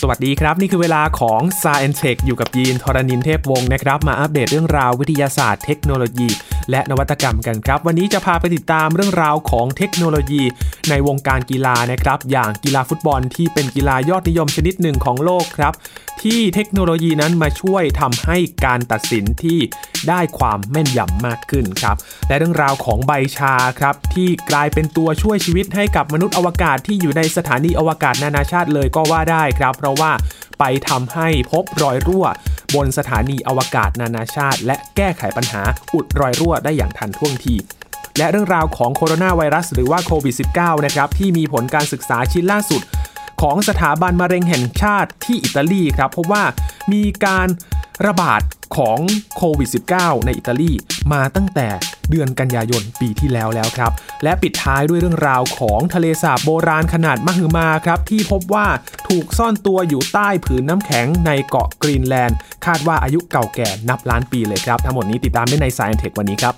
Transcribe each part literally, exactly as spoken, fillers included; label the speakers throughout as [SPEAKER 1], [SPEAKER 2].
[SPEAKER 1] สวัสดีครับนี่คือเวลาของ Science Tech อยู่กับยีนทรณินเทพวงศ์นะครับมาอัปเดตเรื่องราววิทยาศาสตร์เทคโนโลยีและนวัตกรรมกันครับวันนี้จะพาไปติดตามเรื่องราวของเทคโนโลยีในวงการกีฬานะครับอย่างกีฬาฟุตบอลที่เป็นกีฬายอดนิยมชนิดหนึ่งของโลกครับที่เทคโนโลยีนั้นมาช่วยทำให้การตัดสินที่ได้ความแม่นยำมากขึ้นครับและเรื่องราวของใบชาครับที่กลายเป็นตัวช่วยชีวิตให้กับมนุษย์อวกาศที่อยู่ในสถานีอวกาศนานาชาติเลยก็ว่าได้ครับเพราะว่าไปทำให้พบรอยรั่วบนสถานีอวกาศนานาชาติและแก้ไขปัญหาอุดรอยรั่วได้อย่างทันท่วงทีและเรื่องราวของโคโรนาไวรัสหรือว่าโควิด สิบเก้า นะครับที่มีผลการศึกษาชิ้นล่าสุดของสถาบันมะเร็งแห่งชาติที่อิตาลีครับพบว่ามีการระบาดของโควิด สิบเก้า ในอิตาลีมาตั้งแต่เดือนกันยายนปีที่แล้วแล้วครับและปิดท้ายด้วยเรื่องราวของทะเลสาบโบราณขนาดมหึมาครับที่พบว่าถูกซ่อนตัวอยู่ใต้ผืนน้ำแข็งในเกาะกรีนแลนด์คาดว่าอายุเก่าแก่นับล้านปีเลยครับทั้งหมดนี้ติดตามได้ใน Science Tech วันนี้ครับ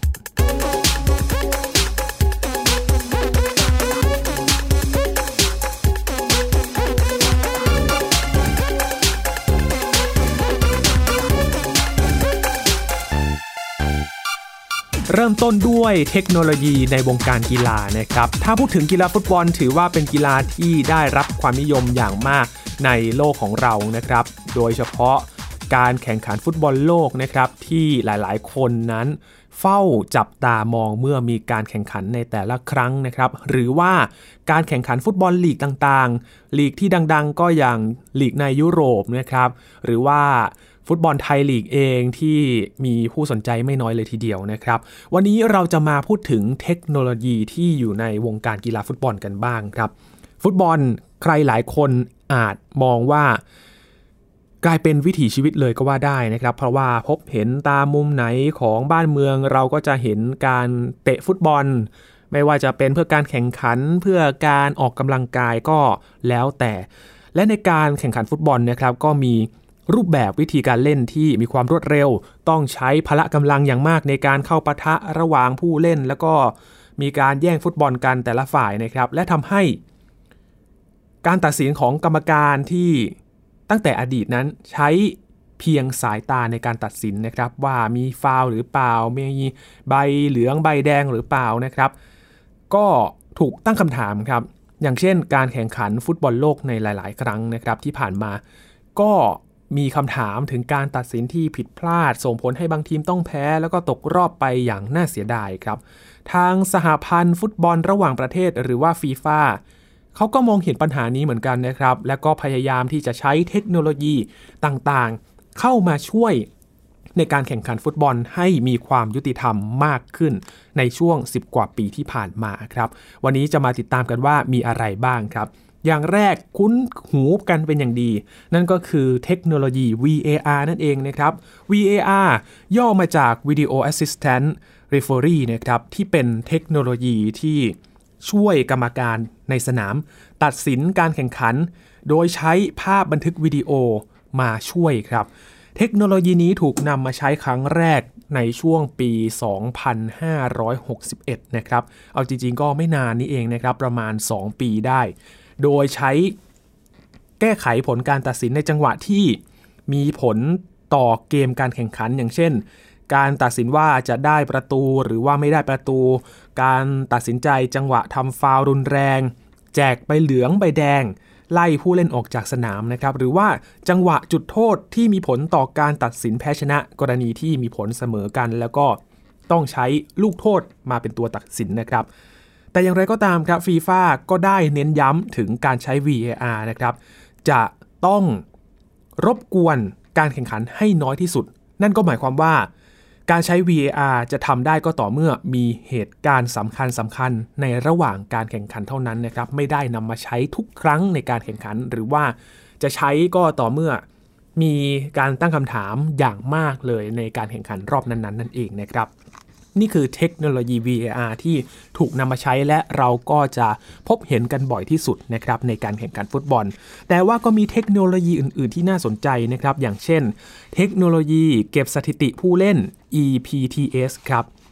[SPEAKER 1] เริ่มต้นด้วยเทคโนโลยีในวงการกีฬานะครับถ้าพูดถึงกีฬาฟุตบอลถือว่าเป็นกีฬาที่ได้รับความนิยมอย่างมากในโลกของเรานะครับโดยเฉพาะการแข่งขันฟุตบอลโลกนะครับที่หลายๆคนนั้นเฝ้าจับตามองเมื่อมีการแข่งขันในแต่ละครั้งนะครับหรือว่าการแข่งขันฟุตบอลลีกต่างๆลีกที่ดังๆก็อย่างลีกในยุโรปนะครับหรือว่าฟุตบอลไทยลีกเองที่มีผู้สนใจไม่น้อยเลยทีเดียวนะครับวันนี้เราจะมาพูดถึงเทคโนโลยีที่อยู่ในวงการกีฬาฟุตบอลกันบ้างครับฟุตบอลใครหลายคนอาจมองว่ากลายเป็นวิถีชีวิตเลยก็ว่าได้นะครับเพราะว่าพบเห็นตามมุมไหนของบ้านเมืองเราก็จะเห็นการเตะฟุตบอลไม่ว่าจะเป็นเพื่อการแข่งขันเพื่อการออกกำลังกายก็แล้วแต่และในการแข่งขันฟุตบอลนะครับก็มีรูปแบบวิธีการเล่นที่มีความรวดเร็วต้องใช้พละกำลังอย่างมากในการเข้าปะทะระหว่างผู้เล่นแล้วก็มีการแย่งฟุตบอลกันแต่ละฝ่ายนะครับและทำให้การตัดสินของกรรมการที่ตั้งแต่อดีตนั้นใช้เพียงสายตาในการตัดสินนะครับว่ามีฟาวล์หรือเปล่ามีใบเหลืองใบแดงหรือเปล่านะครับก็ถูกตั้งคำถามครับอย่างเช่นการแข่งขันฟุตบอลโลกในหลายๆครั้งนะครับที่ผ่านมาก็มีคำถามถึงการตัดสินที่ผิดพลาดส่งผลให้บางทีมต้องแพ้แล้วก็ตกรอบไปอย่างน่าเสียดายครับทางสหพันธ์ฟุตบอลระหว่างประเทศหรือว่าฟีฟ่าเขาก็มองเห็นปัญหานี้เหมือนกันนะครับและก็พยายามที่จะใช้เทคโนโลยีต่างๆเข้ามาช่วยในการแข่งขันฟุตบอลให้มีความยุติธรรมมากขึ้นในช่วงสิบกว่าปีที่ผ่านมาครับวันนี้จะมาติดตามกันว่ามีอะไรบ้างครับอย่างแรกคุ้นหูกันเป็นอย่างดีนั่นก็คือเทคโนโลยี วี เอ อาร์ นั่นเองนะครับ วี เอ อาร์ ย่อมาจาก Video Assistant Referee นะครับที่เป็นเทคโนโลยีที่ช่วยกรรมการในสนามตัดสินการแข่งขันโดยใช้ภาพบันทึกวิดีโอมาช่วยครับเทคโนโลยีนี้ถูกนำมาใช้ครั้งแรกในช่วงปี สองพันห้าร้อยหกสิบเอ็ด นะครับเอาจริงๆก็ไม่นานนี้เองนะครับประมาณสองปีได้โดยใช้แก้ไขผลการตัดสินในจังหวะที่มีผลต่อเกมการแข่งขันอย่างเช่นการตัดสินว่าจะได้ประตูหรือว่าไม่ได้ประตูการตัดสินใจจังหวะทำฟาวล์รุนแรงแจกใบเหลืองใบแดงไล่ผู้เล่นออกจากสนามนะครับหรือว่าจังหวะจุดโทษที่มีผลต่อการตัดสินแพ้ชนะกรณีที่มีผลเสมอกันแล้วก็ต้องใช้ลูกโทษมาเป็นตัวตัดสินนะครับแต่อย่างไรก็ตามครับฟีฟ่าก็ได้เน้นย้ำถึงการใช้ วี เอ อาร์ นะครับจะต้องรบกวนการแข่งขันให้น้อยที่สุดนั่นก็หมายความว่าการใช้ วี เอ อาร์ จะทำได้ก็ต่อเมื่อมีเหตุการณ์สำคัญสำคัญในระหว่างการแข่งขันเท่านั้นนะครับไม่ได้นำมาใช้ทุกครั้งในการแข่งขันหรือว่าจะใช้ก็ต่อเมื่อมีการตั้งคำถามอย่างมากเลยในการแข่งขันรอบนั้นๆนั่นเองนะครับนี่คือเทคโนโลยี วี เอ อาร์ ที่ถูกนำมาใช้และเราก็จะพบเห็นกันบ่อยที่สุดนะครับในการแข่งขันฟุตบอลแต่ว่าก็มีเทคโนโลยีอื่นๆที่น่าสนใจนะครับอย่างเช่นเทคโนโลยีเก็บสถิติผู้เล่น อี พี ที เอส ครับ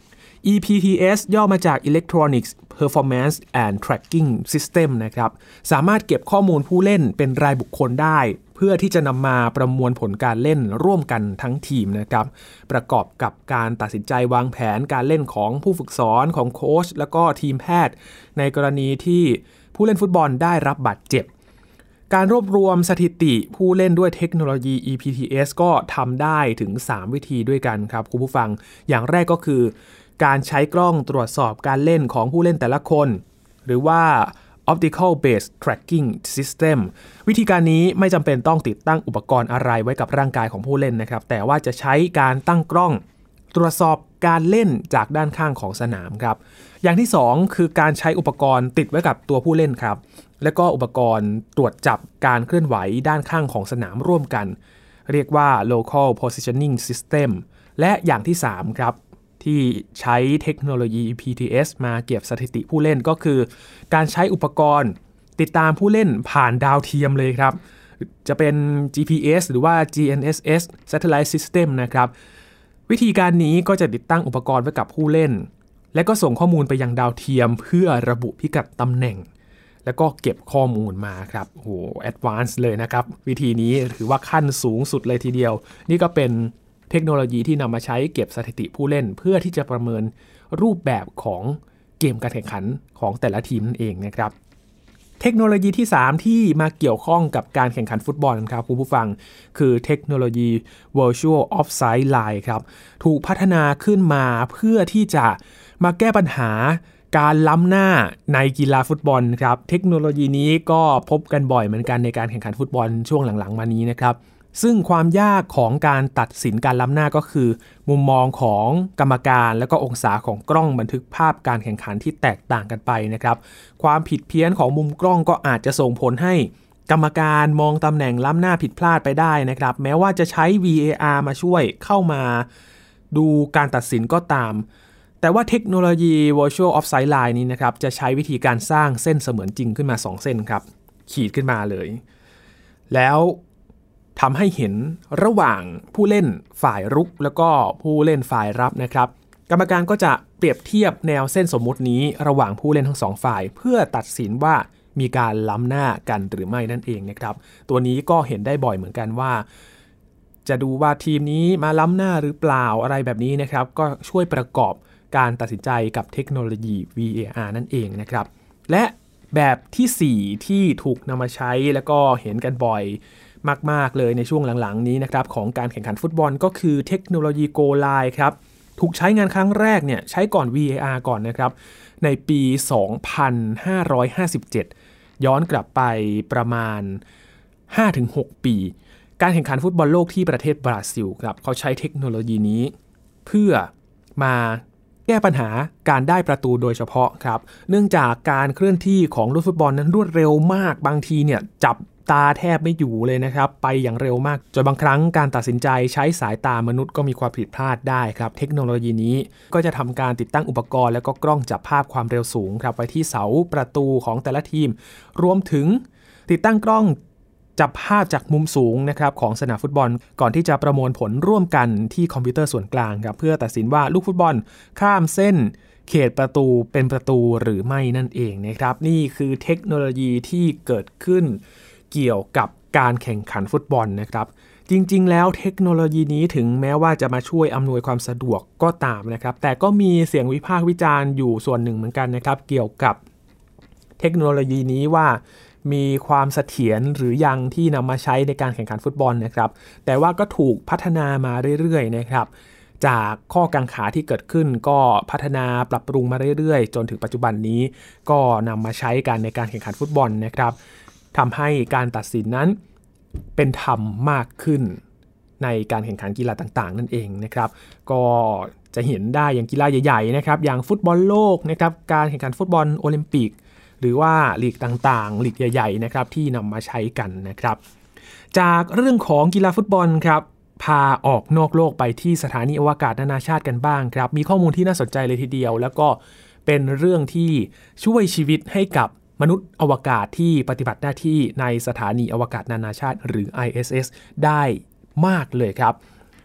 [SPEAKER 1] อี พี ที เอส ย่อมาจาก Electronics Performance and Tracking System นะครับสามารถเก็บข้อมูลผู้เล่นเป็นรายบุคคลได้เพื่อที่จะนำมาประมวลผลการเล่นร่วมกันทั้งทีมนะครับประกอบกับการตัดสินใจวางแผนการเล่นของผู้ฝึกสอนของโค้ชแล้วก็ทีมแพทย์ในกรณีที่ผู้เล่นฟุตบอลได้รับบาดเจ็บการรวบรวมสถิติผู้เล่นด้วยเทคโนโลยี อี พี ที เอส ก็ทำได้ถึงสามวิธีด้วยกันครับคุณผู้ฟังอย่างแรกก็คือการใช้กล้องตรวจสอบการเล่นของผู้เล่นแต่ละคนหรือว่า Optical Based Tracking System วิธีการนี้ไม่จำเป็นต้องติดตั้งอุปกรณ์อะไรไว้กับร่างกายของผู้เล่นนะครับแต่ว่าจะใช้การตั้งกล้องตรวจสอบการเล่นจากด้านข้างของสนามครับอย่างที่สองคือการใช้อุปกรณ์ติดไว้กับตัวผู้เล่นครับและก็อุปกรณ์ตรวจจับการเคลื่อนไหวด้านข้างของสนามร่วมกันเรียกว่า Local Positioning System และอย่างที่สามครับที่ใช้เทคโนโลยี อี พี ที เอส มาเก็บสถิติผู้เล่นก็คือการใช้อุปกรณ์ติดตามผู้เล่นผ่านดาวเทียมเลยครับจะเป็น จี พี เอส หรือว่า จี เอ็น เอส เอส Satellite System นะครับวิธีการนี้ก็จะติดตั้งอุปกรณ์ไว้กับผู้เล่นและก็ส่งข้อมูลไปยังดาวเทียมเพื่อระบุพิกัดตำแหน่งแล้วก็เก็บข้อมูลมาครับโอ้โหแอดวานซ์เลยนะครับวิธีนี้ถือว่าขั้นสูงสุดเลยทีเดียวนี่ก็เป็นเทคโนโลยีที่นำมาใช้เก็บสถิติผู้เล่นเพื่อที่จะประเมินรูปแบบของเกมการแข่งขันของแต่ละทีมนั่นเองนะครับเทคโนโลยีที่สามที่มาเกี่ยวข้องกับการแข่งขันฟุตบอลครับคุณผู้ฟังคือเทคโนโลยี Virtual Offside Line ครับถูกพัฒนาขึ้นมาเพื่อที่จะมาแก้ปัญหาการล้ำหน้าในกีฬาฟุตบอลครับเทคโนโลยีนี้ก็พบกันบ่อยเหมือนกันในการแข่งขันฟุตบอลช่วงหลังๆมานี้นะครับซึ่งความยากของการตัดสินการล้ำหน้าก็คือมุมมองของกรรมการและก็องศาของกล้องบันทึกภาพการแข่งขันที่แตกต่างกันไปนะครับความผิดเพี้ยนของมุมกล้องก็อาจจะส่งผลให้กรรมการมองตำแหน่งล้ำหน้าผิดพลาดไปได้นะครับแม้ว่าจะใช้ วี เอ อาร์ มาช่วยเข้ามาดูการตัดสินก็ตามแต่ว่าเทคโนโลยี Virtual Offside Line นี้นะครับจะใช้วิธีการสร้างเส้นเสมือนจริงขึ้นมาสองเส้นครับขีดขึ้นมาเลยแล้วทำให้เห็นระหว่างผู้เล่นฝ่ายรุกแล้วก็ผู้เล่นฝ่ายรับนะครับกรรมการก็จะเปรียบเทียบแนวเส้นสมมุตินี้ระหว่างผู้เล่นทั้งสองฝ่ายเพื่อตัดสินว่ามีการล้ำหน้ากันหรือไม่นั่นเองนะครับตัวนี้ก็เห็นได้บ่อยเหมือนกันว่าจะดูว่าทีมนี้มาล้ำหน้าหรือเปล่าอะไรแบบนี้นะครับก็ช่วยประกอบการตัดสินใจกับเทคโนโลยี วี เอ อาร์ นั่นเองนะครับและแบบที่สี่ที่ถูกนำมาใช้แล้วก็เห็นกันบ่อยมากๆเลยในช่วงหลังๆนี้นะครับของการแข่งขันฟุตบอลก็คือเทคโนโลยี Goal Line ครับถูกใช้งานครั้งแรกเนี่ยใช้ก่อน วี เอ อาร์ ก่อนนะครับในปี สองพันห้าร้อยห้าสิบเจ็ด ย้อนกลับไปประมาณ ห้าถึงหก ปีการแข่งขันฟุตบอลโลกที่ประเทศบราซิลครับเขาใช้เทคโนโลยีนี้เพื่อมาแก้ปัญหาการได้ประตูโดยเฉพาะครับเนื่องจากการเคลื่อนที่ของลูกฟุตบอลนั้นรวดเร็วมากบางทีเนี่ยจับตาแทบไม่อยู่เลยนะครับไปอย่างเร็วมากจนบางครั้งการตัดสินใจใช้สายตามนุษย์ก็มีความผิดพลาดได้ครับเทคโนโลยีนี้ก็จะทำการติดตั้งอุปกรณ์และก็กล้องจับภาพความเร็วสูงครับไว้ที่เสาประตูของแต่ละทีมรวมถึงติดตั้งกล้องจับภาพจากมุมสูงนะครับของสนามฟุตบอลก่อนที่จะประมวลผลร่วมกันที่คอมพิวเตอร์ส่วนกลางครับเพื่อตัดสินว่าลูกฟุตบอลข้ามเส้นเขตประตูเป็นประตูหรือไม่นั่นเองนะครับนี่คือเทคโนโลยีที่เกิดขึ้นเกี่ยวกับการแข่งขันฟุตบอลนะครับจริงๆแล้วเทคโนโลยีนี้ถึงแม้ว่าจะมาช่วยอำนวยความสะดวกก็ตามนะครับแต่ก็มีเสียงวิพากษ์วิจารณ์อยู่ส่วนหนึ่งเหมือนกันนะครับเกี่ยวกับเทคโนโลยีนี้ว่ามีความเสถียรหรือยังที่นำมาใช้ในการแข่งขันฟุตบอลนะครับแต่ว่าก็ถูกพัฒนามาเรื่อยๆนะครับจากข้อกังขาที่เกิดขึ้นก็พัฒนาปรับปรุงมาเรื่อยๆจนถึงปัจจุบันนี้ก็นำมาใช้กันในการแข่งขันฟุตบอลนะครับทำให้การตัดสินนั้นเป็นธรรมมากขึ้นในการแข่งขันกีฬาต่างๆนั่นเองนะครับก็จะเห็นได้อย่างกีฬาใหญ่ๆนะครับอย่างฟุตบอลโลกนะครับการแข่งขันฟุตบอลโอลิมปิกหรือว่าลีกต่างๆลีกใหญ่ๆนะครับที่นำมาใช้กันนะครับจากเรื่องของกีฬาฟุตบอลครับพาออกนอกโลกไปที่สถานีอวกาศนานาชาติกันบ้างครับมีข้อมูลที่น่าสนใจเลยทีเดียวแล้วก็เป็นเรื่องที่ช่วยชีวิตให้กับมนุษย์อวกาศที่ปฏิบัติหน้าที่ในสถานีอวกาศนานาชาติหรือ ไอ เอส เอส ได้มากเลยครับ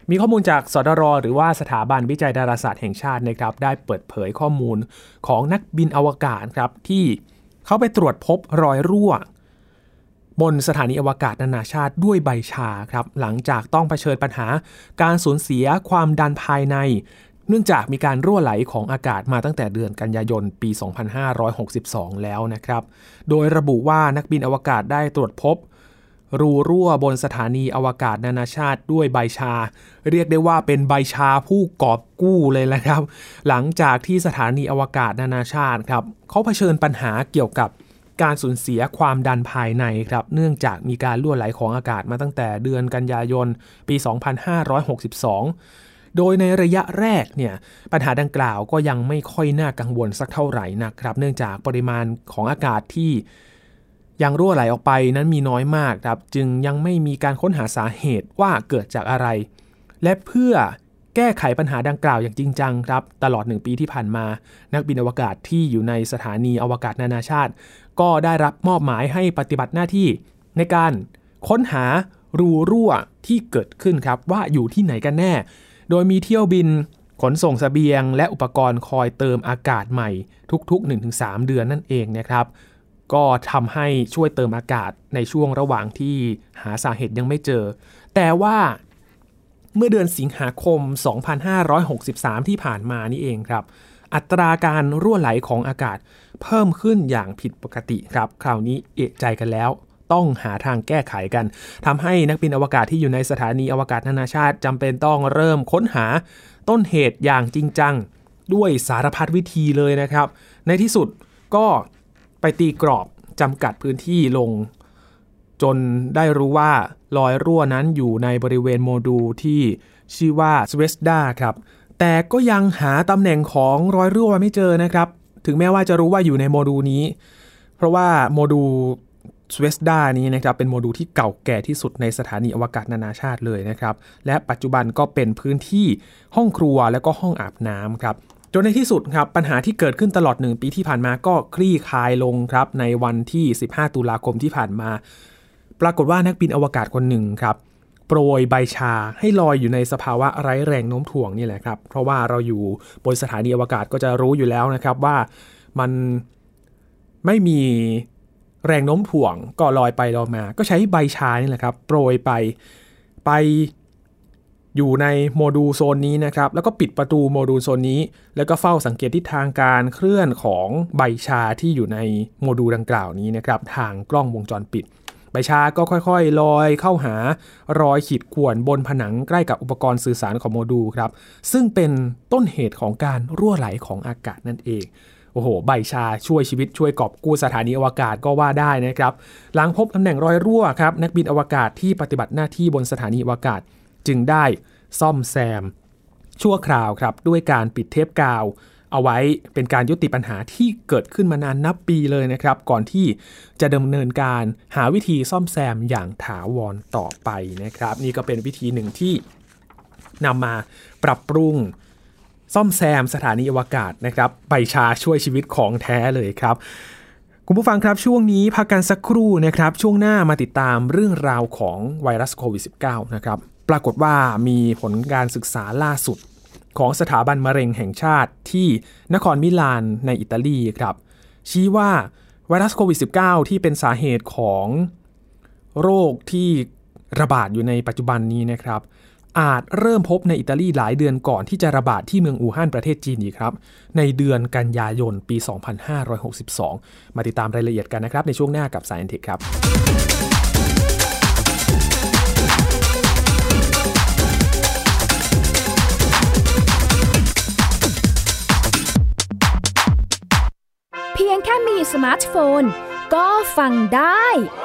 [SPEAKER 1] มีข้อมูลจากสดรหรือว่าสถาบันวิจัยดาราศาสตร์แห่งชาตินะครับได้เปิดเผยข้อมูลของนักบินอวกาศครับที่เขาไปตรวจพบรอยรั่วบนสถานีอวกาศนานาชาติด้วยใบชาครับหลังจากต้องเผชิญปัญหาการสูญเสียความดันภายในเนื่องจากมีการรั่วไหลของอากาศมาตั้งแต่เดือนกันยายนปี สองพันห้าร้อยหกสิบสอง แล้วนะครับโดยระบุว่านักบินอวกาศได้ตรวจพบรูรั่วบนสถานีอวกาศนานาชาติด้วยใบชาเรียกได้ว่าเป็นใบชาผู้กอบกู้เลยแหละครับหลังจากที่สถานีอวกาศนานาชาติครับเขาเผชิญปัญหาเกี่ยวกับการสูญเสียความดันภายในครับเนื่องจากมีการรั่วไหลของอากาศมาตั้งแต่เดือนกันยายนปี สองพันห้าร้อยหกสิบสอง โดยในระยะแรกเนี่ยปัญหาดังกล่าวก็ยังไม่ค่อยน่ากังวลสักเท่าไหร่นะครับเนื่องจากปริมาณของอากาศที่ยังรั่วไหลออกไปนั้นมีน้อยมากครับจึงยังไม่มีการค้นหาสาเหตุว่าเกิดจากอะไรและเพื่อแก้ไขปัญหาดังกล่าวอย่างจริงจังครับตลอดหนึ่งปีที่ผ่านมานักบินอวกาศที่อยู่ในสถานีอวกาศนานาชาติก็ได้รับมอบหมายให้ปฏิบัติหน้าที่ในการค้นหารูรั่วที่เกิดขึ้นครับว่าอยู่ที่ไหนกันแน่โดยมีเที่ยวบินขนส่งเสบียงและอุปกรณ์คอยเติมอากาศใหม่ทุกๆ หนึ่งถึงสาม เดือนนั่นเองนะครับก็ทำให้ช่วยเติมอากาศในช่วงระหว่างที่หาสาเหตุยังไม่เจอแต่ว่าเมื่อเดือนสิงหาคม สองพันห้าร้อยหกสิบสาม ที่ผ่านมานี่เองครับอัตราการรั่วไหลของอากาศเพิ่มขึ้นอย่างผิดปกติครับคราวนี้เอะใจกันแล้วต้องหาทางแก้ไขกันทำให้นักบินอวกาศที่อยู่ในสถานีอวกาศนานาชาติจำเป็นต้องเริ่มค้นหาต้นเหตุอย่างจริงจังด้วยสารพัดวิธีเลยนะครับในที่สุดก็ไปตีกรอบจำกัดพื้นที่ลงจนได้รู้ว่ารอยรั่วนั้นอยู่ในบริเวณโมดูลที่ชื่อว่า Zvezda ครับแต่ก็ยังหาตำแหน่งของรอยรั่วไม่เจอนะครับถึงแม้ว่าจะรู้ว่าอยู่ในโมดูลนี้เพราะว่าโมดูล Zvezda นี้นะครับเป็นโมดูลที่เก่าแก่ที่สุดในสถานีอวกาศนานาชาติเลยนะครับและปัจจุบันก็เป็นพื้นที่ห้องครัวและก็ห้องอาบน้ำครับจนในที่สุดครับปัญหาที่เกิดขึ้นตลอดหนึ่งปีที่ผ่านมาก็คลี่คลายลงครับในวันที่สิบห้าตุลาคมที่ผ่านมาปรากฏว่านักบินอวกาศคนหนึ่งครับโปรยใบชาให้ลอยอยู่ในสภาวะไร้แรงโน้มถ่วงนี่แหละครับเพราะว่าเราอยู่บนสถานีอวกาศก็จะรู้อยู่แล้วนะครับว่ามันไม่มีแรงโน้มถ่วงก็ลอยไปลอยมาก็ใช้ใบชานี่แหละครับโปรยไปไปอยู่ในโมดูลโซนนี้นะครับแล้วก็ปิดประตูโมดูลโซนนี้แล้วก็เฝ้าสังเกตทิศทางการเคลื่อนของใบชาที่อยู่ในโมดูลดังกล่าวนี้นะครับทางกล้องวงจรปิดใบชาก็ค่อยๆลอยเข้าหารอยขีดข่วนบนผนังใกล้กับอุปกรณ์สื่อสารของโมดูลครับซึ่งเป็นต้นเหตุของการรั่วไหลของอากาศนั่นเองโอ้โหใบชาช่วยชีวิตช่วยกอบกู้สถานีอวกาศก็ว่าได้นะครับหลังพบตำแหน่งรอยรั่วครับนักบินอวกาศที่ปฏิบัติหน้าที่บนสถานีอวกาศจึงได้ซ่อมแซมชั่วคราวครับด้วยการปิดเทปกาวเอาไว้เป็นการยุติปัญหาที่เกิดขึ้นมานานนับปีเลยนะครับก่อนที่จะดำเนินการหาวิธีซ่อมแซมอย่างถาวรต่อไปนะครับนี่ก็เป็นวิธีหนึ่งที่นำมาปรับปรุงซ่อมแซมสถานีอวกาศนะครับใบชาช่วยชีวิตของแท้เลยครับคุณผู้ฟังครับช่วงนี้พักกันสักครู่นะครับช่วงหน้ามาติดตามเรื่องราวของไวรัสโควิด สิบเก้า นะครับปรากฏว่ามีผลการศึกษาล่าสุดของสถาบันมะเร็งแห่งชาติที่นครมิลานในอิตาลีครับชี้ว่าไวรัสโควิด สิบเก้า ที่เป็นสาเหตุของโรคที่ระบาดอยู่ในปัจจุบันนี้นะครับอาจเริ่มพบในอิตาลีหลายเดือนก่อนที่จะระบาดที่เมืองอู่ฮั่นประเทศจีนอีกครับในเดือนกันยายนปี สองพันห้าร้อยหกสิบสอง มาติดตามรายละเอียดกันนะครับในช่วงหน้ากับ Science Tech ครับ
[SPEAKER 2] เพียงแค่มีสมาร์ทโฟนก็ฟังได้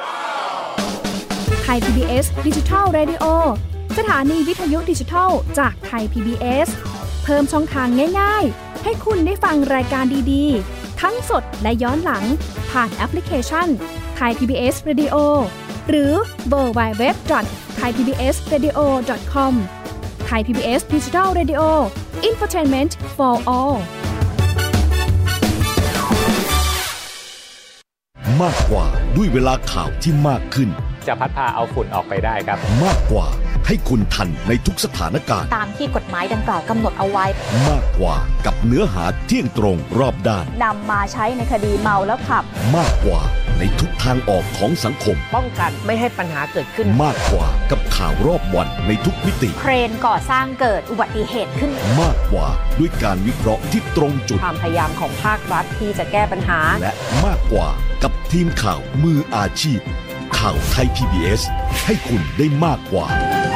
[SPEAKER 2] ไทย พี บี เอส Digital Radio สถานีวิทยุดิจิทัลจากไทย พี บี เอส เพิ่มช่องทางง่ายๆให้คุณได้ฟังรายการดีๆทั้งสดและย้อนหลังผ่านแอปพลิเคชัน Thai พี บี เอส Radio หรือ ดับเบิลยู ดับเบิลยู ดับเบิลยู ดอท ไทยพีบีเอสเรดิโอ ดอท คอม Thai พี บี เอส Digital Radio Infotainment for all
[SPEAKER 3] มากกว่าด้วยเวลาข่าวที่มากขึ้น
[SPEAKER 4] จะพัดพาเอาฝุ่นออกไปได้ครับ
[SPEAKER 3] มากกว่าให้คุณทันในทุกสถานการณ์
[SPEAKER 4] ตามที่กฎหมายดังกล่าวกำหนดเอาไว้
[SPEAKER 3] มากกว่ากับเนื้อหาเที่ยงตรงรอบด้าน
[SPEAKER 4] นำมาใช้ในคดีเมาแล้วขับ
[SPEAKER 3] มากกว่าในทุกทางออกของสังคม
[SPEAKER 5] ป้องกันไม่ให้ปัญหาเกิดขึ้น
[SPEAKER 3] มากกว่ากับข่าวรอบวันในทุกมิติ
[SPEAKER 4] เครนก่อสร้างเกิดอุบัติเหตุขึ้น
[SPEAKER 3] มากกว่าด้วยการวิเคราะห์ที่ตรงจุด
[SPEAKER 5] ความพยายามของภาครัฐที่จะแก้ปัญหา
[SPEAKER 3] และมากกว่ากับทีมข่าวมืออาชีพข่าวไทย พี บี เอส ให้คุณได้มากกว่า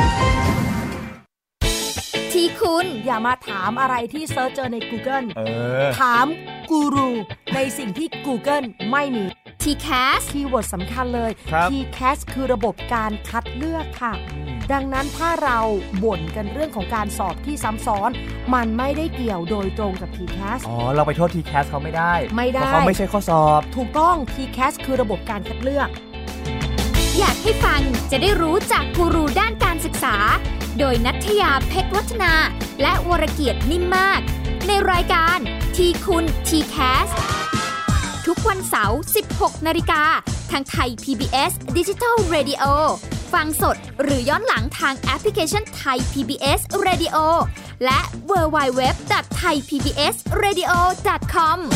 [SPEAKER 6] ที่คุณอย่ามาถามอะไรที่เซิร์ชเจอใน Google
[SPEAKER 1] เออ
[SPEAKER 6] ถามกูรูในสิ่งที่ Google ไม่มี
[SPEAKER 2] ที แคส
[SPEAKER 6] คีย์เวิร์ดสำคัญเลย ที แคส คือระบบการคัดเลือกค่ะดังนั้นถ้าเราบ่นกันเรื่องของการสอบที่ซ้ำซ้อนมันไม่ได้เกี่ยวโดยตรงกับ ที แคส
[SPEAKER 1] อ๋อเราไปโทษ ที แคส เขาไม่ได้
[SPEAKER 6] ไม่ได้
[SPEAKER 1] เพราะเขาไม่ใช่ข้อสอบ
[SPEAKER 6] ถูกต้อง ที แคส คือระบบการคัดเลือก
[SPEAKER 2] อยากให้ฟังจะได้รู้จากกูรูด้านการศึกษาโดยณัฐยาเพชรวัฒนาและวรเกียรตินิ่มมากในรายการทีคุณ ที แคส ทุกวันเสาร์ สิบหกนาฬิกาทางไทย พี บี เอส Digital Radio ฟังสดหรือย้อนหลังทางแอปพลิเคชันไทย พี บี เอส Radio และ ดับเบิลยู ดับเบิลยู ดับเบิลยู ดอท ไทย พี บี เอส เรดิโอ ดอท คอม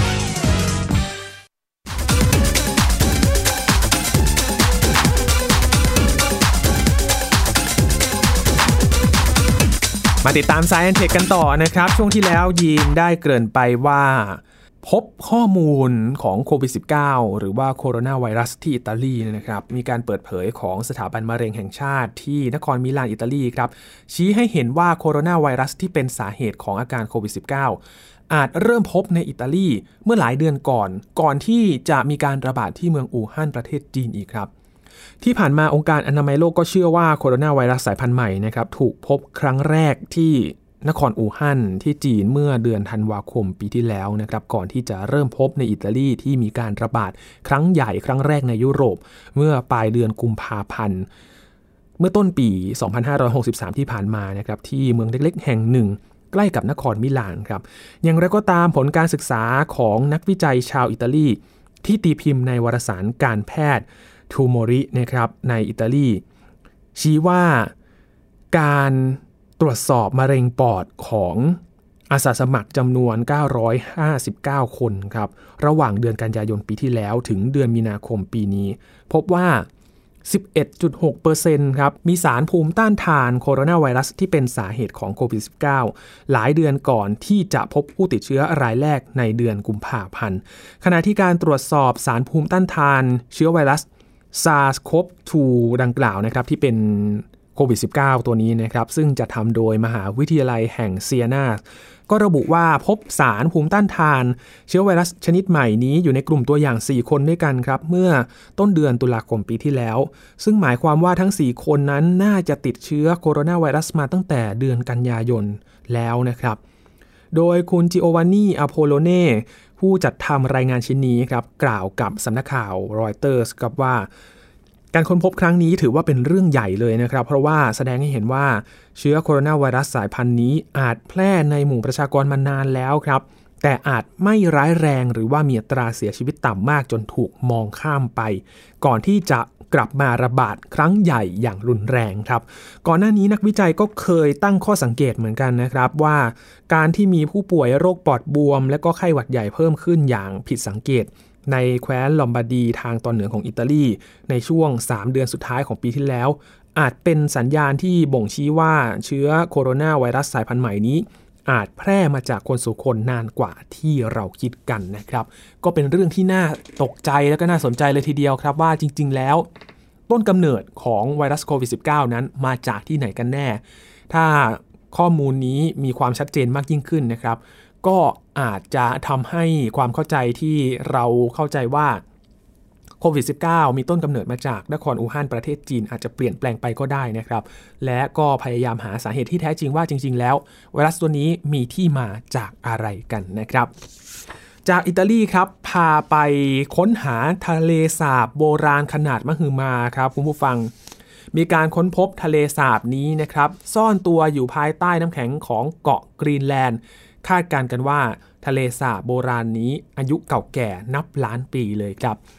[SPEAKER 1] มาติดตาม Science Tech กันต่อนะครับช่วงที่แล้วยีนได้เกริ่นไปว่าพบข้อมูลของโควิด สิบเก้า หรือว่าโคโรนาไวรัสที่อิตาลีนะครับมีการเปิดเผยของสถาบันมะเร็งแห่งชาติที่นครมิลานอิตาลีครับชี้ให้เห็นว่าโคโรนาไวรัสที่เป็นสาเหตุของอาการโควิด สิบเก้า อาจเริ่มพบในอิตาลีเมื่อหลายเดือนก่อนก่อนที่จะมีการระบาดที่เมืองอู่ฮั่นประเทศจีนอีกครับที่ผ่านมาองค์การอนามัยโลกก็เชื่อว่าโคโรนาไวรัสสายพันธุ์ใหม่นะครับถูกพบครั้งแรกที่นครอู่ฮั่นที่จีนเมื่อเดือนธันวาคมปีที่แล้วนะครับก่อนที่จะเริ่มพบในอิตาลีที่มีการระบาดครั้งใหญ่ครั้งแรกในยุโรปเมื่อปลายเดือนกุมภาพันธ์เมื่อต้นปี สองพันห้าร้อยหกสิบสาม ที่ผ่านมานะครับที่เมืองเล็กๆแห่งหนึ่งใกล้กับนครมิลานครับอย่างไรก็ตามผลการศึกษาของนักวิจัยชาวอิตาลีที่ตีพิมพ์ในวารสารการแพทย์ทูโมรินะครับในอิตาลีชี้ว่าการตรวจสอบมะเร็งปอดของอาสาสมัครจำนวนเก้าร้อยห้าสิบเก้าคนครับระหว่างเดือนกันยายนปีที่แล้วถึงเดือนมีนาคมปีนี้พบว่า สิบเอ็ดจุดหกเปอร์เซ็นต์ ครับมีสารภูมิต้านทานโคโรนาไวรัสที่เป็นสาเหตุของโควิด สิบเก้า หลายเดือนก่อนที่จะพบผู้ติดเชื้อรายแรกในเดือนกุมภาพันธ์ขณะที่การตรวจสอบสารภูมิต้านทานเชื้อไวรัส ซาร์ส โคฟ ทู ดังกล่าวนะครับที่เป็นโควิด สิบเก้า ตัวนี้นะครับซึ่งจะทำโดยมหาวิทยาลัยแห่งเซียนาก็ระบุว่าพบสารภูมิต้านทานเชื้อไวรัสชนิดใหม่นี้อยู่ในกลุ่มตัวอย่างสี่คนด้วยกันครับเมื่อต้นเดือนตุลาคมปีที่แล้วซึ่งหมายความว่าทั้งสี่คนนั้นน่าจะติดเชื้อโคโรนาไวรัสมาตั้งแต่เดือนกันยายนแล้วนะครับโดยคุณจิโอวานนี อโพโลเน่ผู้จัดทำรายงานชิ้นนี้ครับกล่าวกับสำนักข่าวรอยเตอร์สกับว่าการค้นพบครั้งนี้ถือว่าเป็นเรื่องใหญ่เลยนะครับเพราะว่าแสดงให้เห็นว่าเชื้อโคโรนาไวรัสสายพันธุ์นี้อาจแพร่ในหมู่ประชากรมานานแล้วครับแต่อาจไม่ร้ายแรงหรือว่ามีอัตราเสียชีวิตต่ำมากจนถูกมองข้ามไปก่อนที่จะกลับมาระบาดครั้งใหญ่อย่างรุนแรงครับก่อนหน้านี้นักวิจัยก็เคยตั้งข้อสังเกตเหมือนกันนะครับว่าการที่มีผู้ป่วยโรคปอดบวมและก็ไข้หวัดใหญ่เพิ่มขึ้นอย่างผิดสังเกตในแคว้นลอมบาร์ดีทางตอนเหนือของอิตาลีในช่วงสามเดือนสุดท้ายของปีที่แล้วอาจเป็นสัญญาณที่บ่งชี้ว่าเชื้อโคโรนาไวรัสสายพันธุ์ใหม่นี้อาจแพร่มาจากคนสู่คนนานกว่าที่เราคิดกันนะครับก็เป็นเรื่องที่น่าตกใจและก็น่าสนใจเลยทีเดียวครับว่าจริงๆแล้วต้นกำเนิดของไวรัสโควิด สิบเก้า นั้นมาจากที่ไหนกันแน่ถ้าข้อมูลนี้มีความชัดเจนมากยิ่งขึ้นนะครับก็อาจจะทำให้ความเข้าใจที่เราเข้าใจว่าโควิด สิบเก้า มีต้นกำเนิดมาจากนครอู่ฮั่นประเทศจีนอาจจะเปลี่ยนแปลงไปก็ได้นะครับและก็พยายามหาสาเหตุที่แท้จริงว่าจริงๆแล้วไวรัสตัวนี้มีที่มาจากอะไรกันนะครับจากอิตาลีครับพาไปค้นหาทะเลสาบโบราณขนาดมหึมาครับคุณผู้ฟังมีการค้นพบทะเลสาบนี้นะครับซ่อนตัวอยู่ภายใต้น้ำแข็งของเกาะกรีนแลนด์คาดการณ์กันว่าทะเลสาบโบราณนี้อายุเก่าแก่นับล้านปีเลยครับ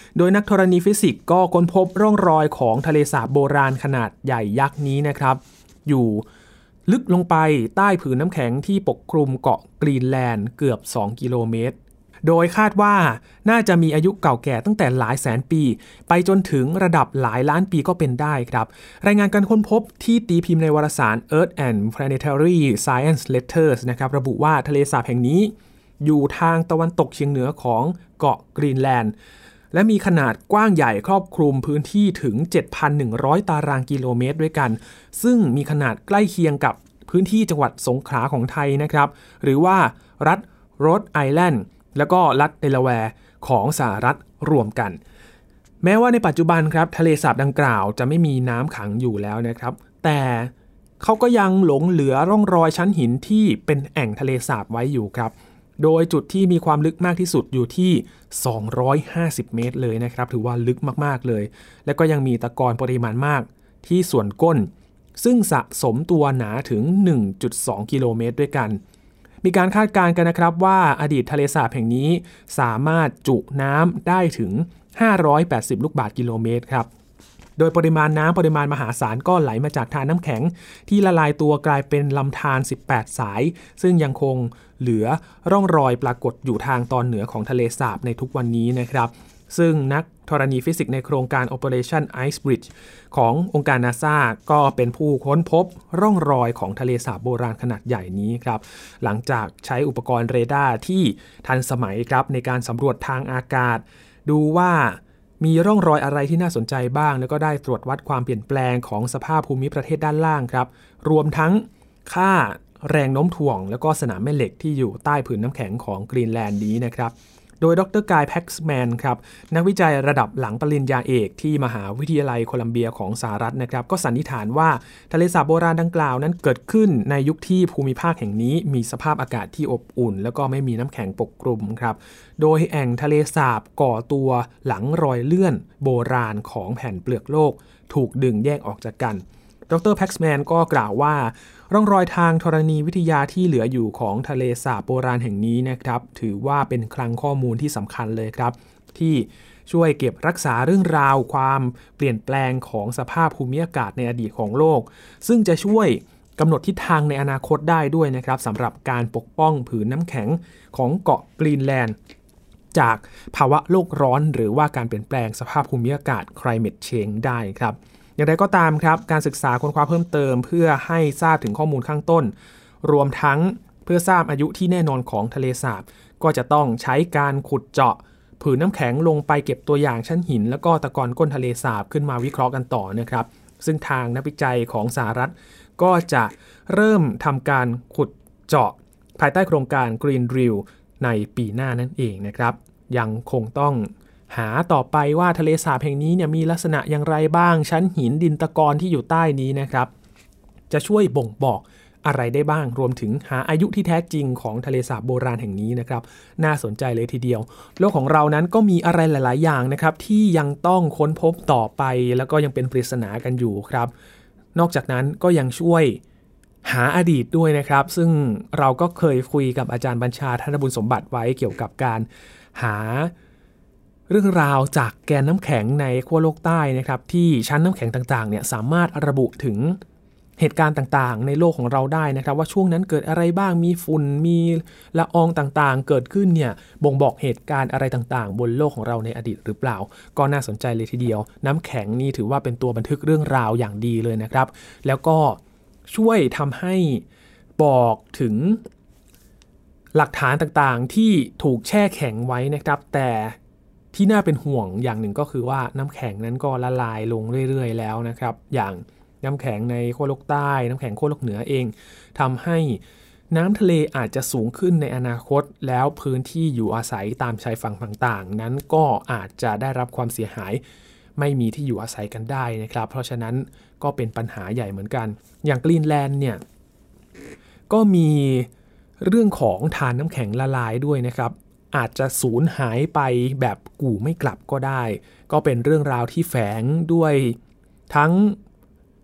[SPEAKER 1] โดยนักธรณีฟิสิกส์ก็ค้นพบร่องรอยของทะเลสาบโบราณขนาดใหญ่ยักษ์นี้นะครับอยู่ลึกลงไปใต้ผืนน้ำแข็งที่ปกคลุมเกาะกรีนแลนด์เกือบสองกิโลเมตรโดยคาดว่าน่าจะมีอายุเก่าแก่ตั้งแต่หลายแสนปีไปจนถึงระดับหลายล้านปีก็เป็นได้ครับรายงานการค้นพบที่ตีพิมพ์ในวารสาร Earth and Planetary Science Letters นะครับระบุว่าทะเลสาบแห่งนี้อยู่ทางตะวันตกเฉียงเหนือของเกาะกรีนแลนด์และมีขนาดกว้างใหญ่ครอบคลุมพื้นที่ถึง เจ็ดพันหนึ่งร้อย ตารางกิโลเมตรด้วยกันซึ่งมีขนาดใกล้เคียงกับพื้นที่จังหวัดสงขลาของไทยนะครับหรือว่ารัฐโรดไอแลนด์แล้วก็รัฐเดลาแวร์ของสหรัฐรวมกันแม้ว่าในปัจจุบันครับทะเลสาบดังกล่าวจะไม่มีน้ำขังอยู่แล้วนะครับแต่เขาก็ยังหลงเหลือร่องรอยชั้นหินที่เป็นแอ่งทะเลสาบไว้อยู่ครับโดยจุดที่มีความลึกมากที่สุดอยู่ที่สองร้อยห้าสิบเมตรเลยนะครับถือว่าลึกมากๆเลยและก็ยังมีตะกอนปริมาณมากที่ส่วนก้นซึ่งสะสมตัวหนาถึง หนึ่งจุดสอง กิโลเมตรด้วยกันมีการคาดการณ์กันนะครับว่าอดีตทะเลสาบแห่งนี้สามารถจุน้ำได้ถึงห้าร้อยแปดสิบลูกบาศก์กิโลเมตรครับโดยปริมาณน้ำปริมาณมหาศาลก็ไหลมาจากทานน้ำแข็งที่ละลายตัวกลายเป็นลำธารสิบแปดสายซึ่งยังคงเหลือร่องรอยปรากฏอยู่ทางตอนเหนือของทะเลสาบในทุกวันนี้นะครับซึ่งนักธรณีฟิสิกส์ในโครงการ Operation Ice Bridge ขององค์การ NASA ก็เป็นผู้ค้นพบร่องรอยของทะเลสาบโบราณขนาดใหญ่นี้ครับหลังจากใช้อุปกรณ์เรดาร์ที่ทันสมัยครับในการสำรวจทางอากาศดูว่ามีร่องรอยอะไรที่น่าสนใจบ้างแล้วก็ได้ตรวจวัดความเปลี่ยนแปลงของสภาพภูมิประเทศด้านล่างครับรวมทั้งค่าแรงโน้มถ่วงแล้วก็สนามแม่เหล็กที่อยู่ใต้ผืนน้ำแข็งของกรีนแลนด์นี้นะครับโดยดร.กายแพ็กส์แมนครับนักวิจัยระดับหลังปริญญาเอกที่มหาวิทยาลัยโคลัมเบียของสหรัฐนะครับก็สันนิษฐานว่าทะเลสาบโบราณดังกล่าวนั้นเกิดขึ้นในยุคที่ภูมิภาคแห่งนี้มีสภาพอากาศที่อบอุ่นแล้วก็ไม่มีน้ำแข็งปกคลุมครับโดยแอ่งทะเลสาบก่อตัวหลังรอยเลื่อนโบราณของแผ่นเปลือกโลกถูกดึงแยกออกจากกันดร.แพ็กส์แมนก็กล่าวว่าร่องรอยทางธรณีวิทยาที่เหลืออยู่ของทะเลสาบโบราณแห่งนี้นะครับถือว่าเป็นคลังข้อมูลที่สำคัญเลยครับที่ช่วยเก็บรักษาเรื่องราวความเปลี่ยนแปลงของสภาพภูมิอากาศในอดีตของโลกซึ่งจะช่วยกำหนดทิศทางในอนาคตได้ด้วยนะครับสำหรับการปกป้องผืนน้ำแข็งของเกาะกรีนแลนด์จากภาวะโลกร้อนหรือว่าการเปลี่ยนแปลงสภาพภูมิอากาศ climate change ได้ครับอย่างไรก็ตามครับการศึกษาค้นคว้าเพิ่มเติมเพื่อให้ทราบถึงข้อมูลข้างต้นรวมทั้งเพื่อทราบอายุที่แน่นอนของทะเลสาบก็จะต้องใช้การขุดเจาะผืนน้ำแข็งลงไปเก็บตัวอย่างชั้นหินแล้วก็ตะกอนก้นทะเลสาบขึ้นมาวิเคราะห์กันต่อนะครับซึ่งทางนักวิจัยของสหรัฐก็จะเริ่มทำการขุดเจาะภายใต้โครงการ Green Drill ในปีหน้านั่นเองนะครับยังคงต้องหาต่อไปว่าทะเลสาบแห่งนี้เนี่ยมีลักษณะอย่างไรบ้างชั้นหินดินตะกอนที่อยู่ใต้นี้นะครับจะช่วยบ่งบอกอะไรได้บ้างรวมถึงหาอายุที่แท้จริงของทะเลสาบโบราณแห่งนี้นะครับน่าสนใจเลยทีเดียวโลกของเรานั้นก็มีอะไรหลายๆอย่างนะครับที่ยังต้องค้นพบต่อไปแล้วก็ยังเป็นปริศนากันอยู่ครับนอกจากนั้นก็ยังช่วยหาอดีตด้วยนะครับซึ่งเราก็เคยคุยกับอาจารย์บัญชาธนบุญสมบัติไว้เกี่ยวกับการหาเรื่องราวจากแกนน้ำแข็งในขั้วโลกใต้นะครับที่ชั้นน้ำแข็งต่างๆเนี่ยสามารถระบุถึงเหตุการณ์ต่างๆในโลกของเราได้นะครับว่าช่วงนั้นเกิดอะไรบ้างมีฝุ่นมีละอองต่างๆเกิดขึ้นเนี่ยบ่งบอกเหตุการณ์อะไรต่างๆบนโลกของเราในอดีตหรือเปล่าก็น่าสนใจเลยทีเดียวน้ำแข็งนี่ถือว่าเป็นตัวบันทึกเรื่องราวอย่างดีเลยนะครับแล้วก็ช่วยทำให้บอกถึงหลักฐานต่างๆที่ถูกแช่แข็งไว้นะครับแต่ที่น่าเป็นห่วงอย่างหนึ่งก็คือว่าน้ำแข็งนั้นก็ละลายลงเรื่อยๆแล้วนะครับอย่างน้ำแข็งในขั้วโลกใต้น้ำแข็งขั้วโลกเหนือเองทำให้น้ำทะเลอาจจะสูงขึ้นในอนาคตแล้วพื้นที่อยู่อาศัยตามชายฝั่งต่างๆนั้นก็อาจจะได้รับความเสียหายไม่มีที่อยู่อาศัยกันได้นะครับเพราะฉะนั้นก็เป็นปัญหาใหญ่เหมือนกันอย่างกรีนแลนด์เนี่ยก็มีเรื่องของทานน้ำแข็งละลายด้วยนะครับอาจจะสูญหายไปแบบกู่ไม่กลับก็ได้ก็เป็นเรื่องราวที่แฝงด้วยทั้ง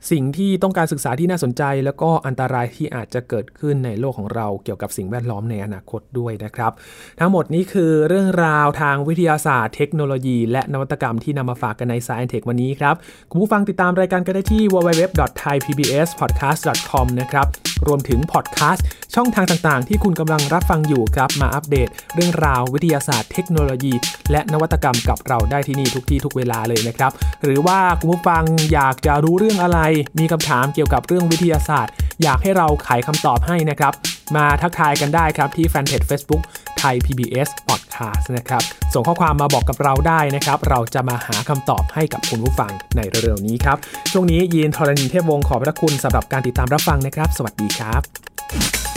[SPEAKER 1] สิ่งที่ต้องการศึกษาที่น่าสนใจแล้วก็อันตรายที่อาจจะเกิดขึ้นในโลกของเราเกี่ยวกับสิ่งแวดล้อมในอนาคตด้วยนะครับทั้งหมดนี้คือเรื่องราวทางวิทยาศาสตร์เทคโนโลยีและนวัตกรรมที่นำมาฝากกันใน Science Tech วันนี้ครับคุณผู้ฟังติดตามรายการกันได้ที่ ดับเบิลยู ดับเบิลยู ดับเบิลยู ดอท ไทย พี บี เอส พอดแคสต์ ดอท คอม นะครับรวมถึงพอดแคสต์ช่องทางต่างๆที่คุณกำลังรับฟังอยู่ครับมาอัปเดตเรื่องราววิทยาศาสตร์เทคโนโลยีและนวัตกรรมกับเราได้ที่นี่ทุกที่ทุกเวลาเลยนะครับหรือว่าคุณผู้ฟังอยากจะรู้เรื่องอะไรมีคำถามเกี่ยวกับเรื่องวิทยาศาสตร์อยากให้เราไขคำตอบให้นะครับมาทักทายกันได้ครับที่แฟนเพจ Facebook ไทย พี บี เอส Podcast นะครับส่งข้อความมาบอกกับเราได้นะครับเราจะมาหาคำตอบให้กับคุณผู้ฟังในเร็วๆนี้ครับช่วงนี้ยีนทรณีเทพวงศ์ขอบพระคุณสำหรับการติดตามรับฟังนะครับสวัสดีครับ